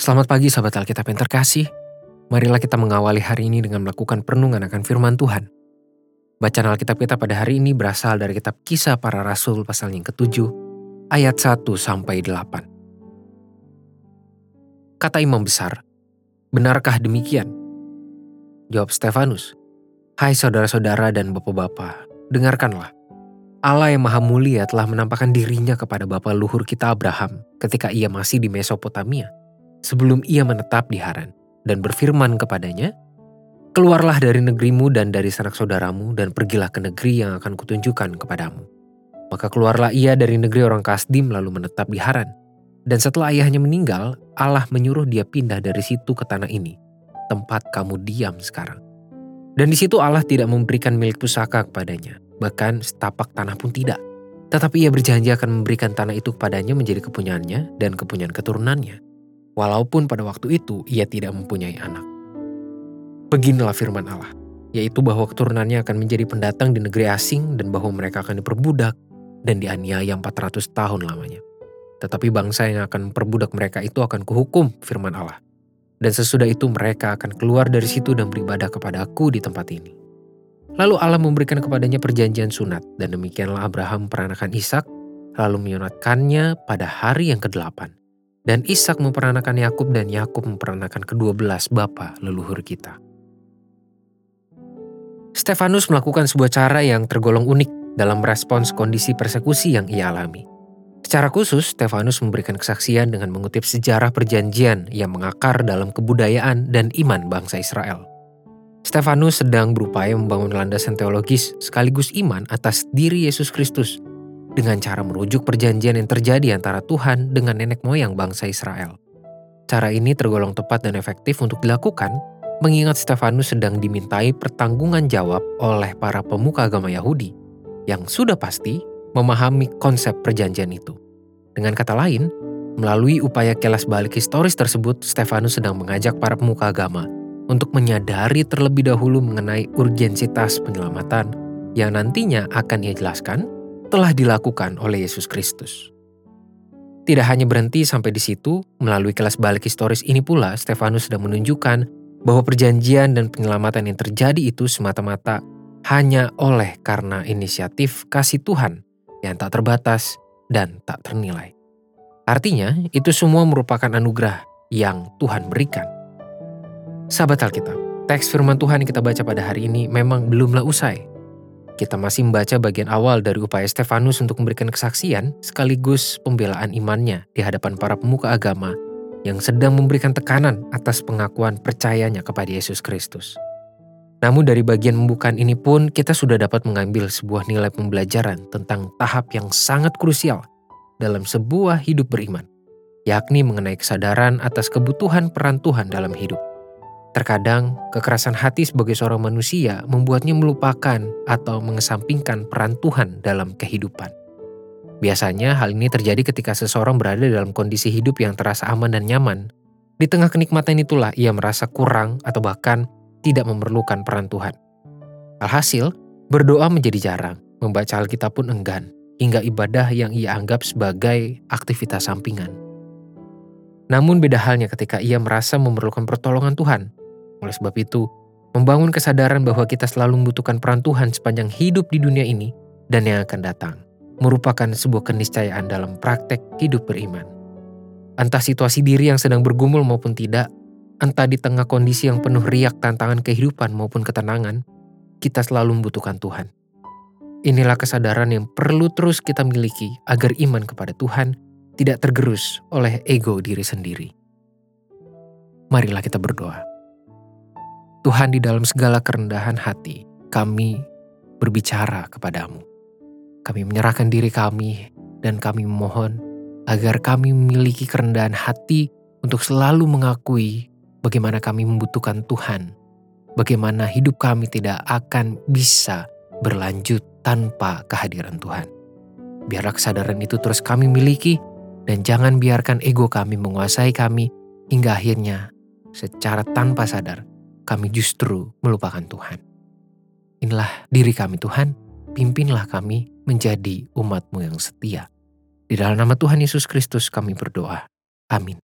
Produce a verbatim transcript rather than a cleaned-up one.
Selamat pagi sahabat Alkitab yang terkasih. Marilah kita mengawali hari ini dengan melakukan perenungan akan firman Tuhan. Bacaan Alkitab kita pada hari ini berasal dari kitab Kisah Para Rasul pasal yang ketujuh, ayat satu sampai delapan. Kata imam besar, "Benarkah demikian?" Jawab Stefanus, "Hai saudara-saudara dan bapak-bapak, dengarkanlah. Allah yang maha mulia telah menampakkan dirinya kepada bapa luhur kita Abraham ketika ia masih di Mesopotamia, sebelum ia menetap di Haran, dan berfirman kepadanya, 'Keluarlah dari negerimu dan dari sanak saudaramu dan pergilah ke negeri yang akan kutunjukkan kepadamu.' Maka keluarlah ia dari negeri orang Kasdim lalu menetap di Haran. Dan setelah ayahnya meninggal, Allah menyuruh dia pindah dari situ ke tanah ini, tempat kamu diam sekarang. Dan di situ Allah tidak memberikan milik pusaka kepadanya, bahkan setapak tanah pun tidak. Tetapi ia berjanji akan memberikan tanah itu kepadanya menjadi kepunyaannya dan kepunyaan keturunannya, walaupun pada waktu itu ia tidak mempunyai anak. Beginilah firman Allah, yaitu bahwa keturunannya akan menjadi pendatang di negeri asing dan bahwa mereka akan diperbudak dan dianiaya empat ratus tahun lamanya. Tetapi bangsa yang akan memperbudak mereka itu akan kuhukum, firman Allah. Dan sesudah itu mereka akan keluar dari situ dan beribadah kepada Aku di tempat ini. Lalu Allah memberikan kepadanya perjanjian sunat, dan demikianlah Abraham memperanakan Ishak, lalu menyunatkannya pada hari yang kedelapan. Dan Ishak memperanakan Yakub dan Yakub memperanakan kedua belas bapa leluhur kita. Stefanus melakukan sebuah cara yang tergolong unik dalam merespons kondisi persekusi yang ia alami. Secara khusus, Stefanus memberikan kesaksian dengan mengutip sejarah perjanjian yang mengakar dalam kebudayaan dan iman bangsa Israel. Stefanus sedang berupaya membangun landasan teologis sekaligus iman atas diri Yesus Kristus dengan cara merujuk perjanjian yang terjadi antara Tuhan dengan nenek moyang bangsa Israel. Cara ini tergolong tepat dan efektif untuk dilakukan, mengingat Stefanus sedang dimintai pertanggungan jawab oleh para pemuka agama Yahudi yang sudah pasti memahami konsep perjanjian itu. Dengan kata lain, melalui upaya kilas balik historis tersebut, Stefanus sedang mengajak para pemuka agama untuk menyadari terlebih dahulu mengenai urgensitas penyelamatan yang nantinya akan ia jelaskan telah dilakukan oleh Yesus Kristus. Tidak hanya berhenti sampai di situ, melalui kilas balik historis ini pula Stefanus sedang menunjukkan bahwa perjanjian dan penyelamatan yang terjadi itu semata-mata hanya oleh karena inisiatif kasih Tuhan yang tak terbatas dan tak ternilai. Artinya, itu semua merupakan anugerah yang Tuhan berikan. Sahabat Alkitab, teks firman Tuhan yang kita baca pada hari ini memang belumlah usai. Kita masih membaca bagian awal dari upaya Stefanus untuk memberikan kesaksian sekaligus pembelaan imannya di hadapan para pemuka agama yang sedang memberikan tekanan atas pengakuan percayanya kepada Yesus Kristus. Namun dari bagian pembukaan ini pun kita sudah dapat mengambil sebuah nilai pembelajaran tentang tahap yang sangat krusial dalam sebuah hidup beriman, yakni mengenai kesadaran atas kebutuhan peran Tuhan dalam hidup. Terkadang kekerasan hati sebagai seorang manusia membuatnya melupakan atau mengesampingkan peran Tuhan dalam kehidupan. Biasanya hal ini terjadi ketika seseorang berada dalam kondisi hidup yang terasa aman dan nyaman. Di tengah kenikmatan itulah ia merasa kurang atau bahkan tidak memerlukan peran Tuhan. Alhasil, berdoa menjadi jarang, membaca Alkitab pun enggan, hingga ibadah yang ia anggap sebagai aktivitas sampingan. Namun beda halnya ketika ia merasa memerlukan pertolongan Tuhan. Oleh sebab itu, membangun kesadaran bahwa kita selalu membutuhkan peran Tuhan sepanjang hidup di dunia ini dan yang akan datang, merupakan sebuah keniscayaan dalam praktek hidup beriman. Entah situasi diri yang sedang bergumul maupun tidak, entah di tengah kondisi yang penuh riak tantangan kehidupan maupun ketenangan, kita selalu membutuhkan Tuhan. Inilah kesadaran yang perlu terus kita miliki agar iman kepada Tuhan tidak tergerus oleh ego diri sendiri. Marilah kita berdoa. Tuhan, di dalam segala kerendahan hati, kami berbicara kepadamu. Kami menyerahkan diri kami dan kami memohon agar kami memiliki kerendahan hati untuk selalu mengakui bagaimana kami membutuhkan Tuhan, bagaimana hidup kami tidak akan bisa berlanjut tanpa kehadiran Tuhan. Biarlah kesadaran itu terus kami miliki dan jangan biarkan ego kami menguasai kami hingga akhirnya secara tanpa sadar kami justru melupakan Tuhan. Inilah diri kami Tuhan, pimpinlah kami menjadi umat-Mu yang setia. Di dalam nama Tuhan Yesus Kristus kami berdoa. Amin.